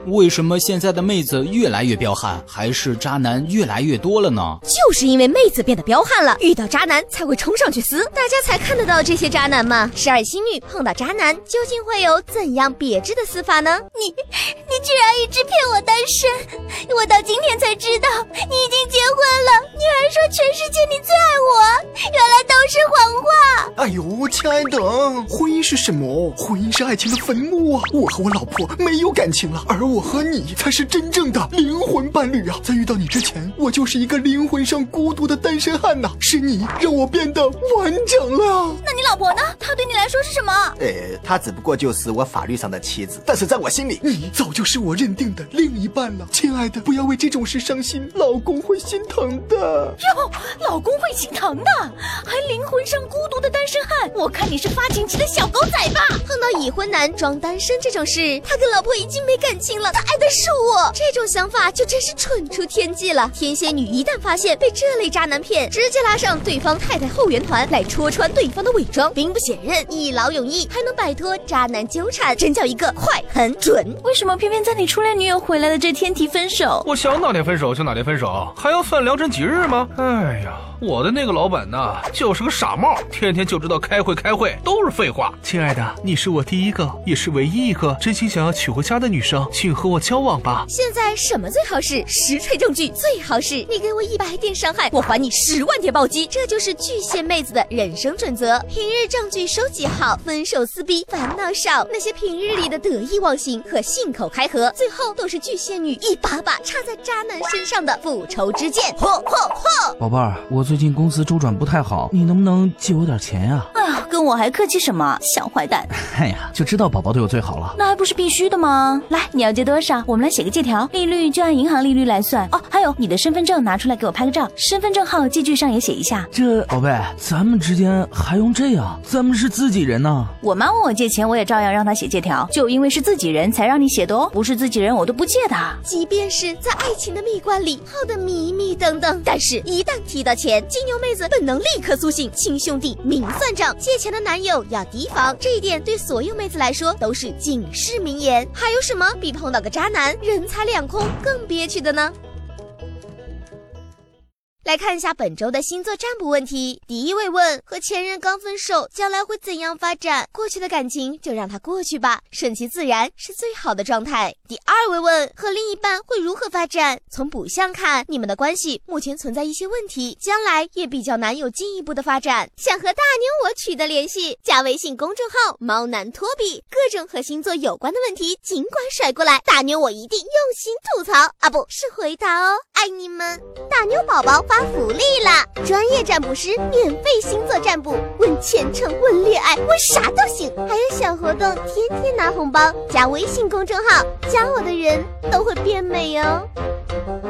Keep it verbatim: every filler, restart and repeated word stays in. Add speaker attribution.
Speaker 1: 为什么现在的妹子越来越彪悍，还是渣男越来越多了呢？
Speaker 2: 就是因为妹子变得彪悍了，遇到渣男才会冲上去撕，大家才看得到这些渣男嘛。十二星女碰到渣男，究竟会有怎样别致的撕法呢？
Speaker 3: 你你居然一直骗我单身，我到今天才知道你已经结婚了，你还说全世界你最爱我，原来都是谎话。
Speaker 4: 哎呦，亲爱的，婚姻是什么？婚姻是爱情的坟墓啊！我和我老婆没有感情了，而我和你才是真正的灵魂伴侣啊！在遇到你之前，我就是一个灵魂上孤独的单身汉呐、啊，是你让我变得完整了。
Speaker 3: 那你老婆呢？她对你来说是什么？
Speaker 5: 呃，她只不过就是我法律上的妻子，但是在我心里，
Speaker 4: 你早就是我认定的另一半了。亲爱的，不要为这种事伤心，老公会心疼的。
Speaker 3: 哟，老公会心疼的，还灵魂上孤独的单身汉，我看你是发情期的小狗仔吧。
Speaker 2: 碰到已婚男装单身这种事，他跟老婆已经没感情了，他爱的是我，这种想法就真是蠢出天际了。天蝎女一旦发现被这类渣男骗，直接拉上对方太太后援团来戳穿对方的伪装，兵不血刃，一劳永逸，还能摆脱渣男纠缠，真叫一个快很准。
Speaker 3: 为什么偏偏在你初恋女友回来的这天提分手？
Speaker 6: 我想哪天分手就哪天分手，还要算良辰吉日吗？哎呀，我的那个老板呢，就是个傻帽，天天就知道开会开会，都是废话。亲爱的，你是我第一个也是唯一一个真心想要娶回家的女生，请和我交往吧。
Speaker 2: 现在什么最好是实锤证据最好是，你给我一百点伤害，我还你十万点暴击，这就是巨蟹妹子的人生准则。平日证据收集好，分手撕逼烦恼少，那些平日里的得意忘形和信口开河，最后都是巨蟹女一把把插在渣男身上的复仇之剑。嚯嚯嚯！
Speaker 7: 宝贝儿，我最近公司周转不太好，你能不能借我点钱呀、
Speaker 3: 啊？哎呀，跟我还客气什么，小坏蛋！
Speaker 7: 哎呀，就知道宝宝对我最好了，
Speaker 3: 那还不是必须的吗？来，你要借多少？我们来写个借条，利率就按银行利率来算哦。还有你的身份证拿出来给我拍个照，身份证号借据上也写一下。
Speaker 7: 这宝贝，咱们之间还用这样？咱们是自己人呢。
Speaker 3: 我妈问我借钱，我也照样让她写借条，就因为是自己人才让你写的哦，不是自己人我都不借的。
Speaker 2: 即便是在爱情的蜜罐里泡的迷迷瞪瞪，但是一旦提到钱，金牛妹子本能立刻苏醒，亲兄弟明算账，借钱的男友要提防，这一点对所有妹子来说都是警示名言。还有什么比碰到个渣男人财两空更憋屈的呢？来看一下本周的星座占卜问题。第一位问，和前任刚分手，将来会怎样发展？过去的感情就让它过去吧，顺其自然是最好的状态。第二位问，和另一半会如何发展？从卜相看，你们的关系目前存在一些问题，将来也比较难有进一步的发展。想和大牛我取得联系，加微信公众号猫男托比，各种和星座有关的问题尽管甩过来，大牛我一定用心吐槽啊，不是回答哦，爱你们。大牛宝宝发福利啦！专业占卜师免费星座占卜，问前程，问恋爱，问啥都行。还有小活动，天天拿红包，加微信公众号，加我的人都会变美哦。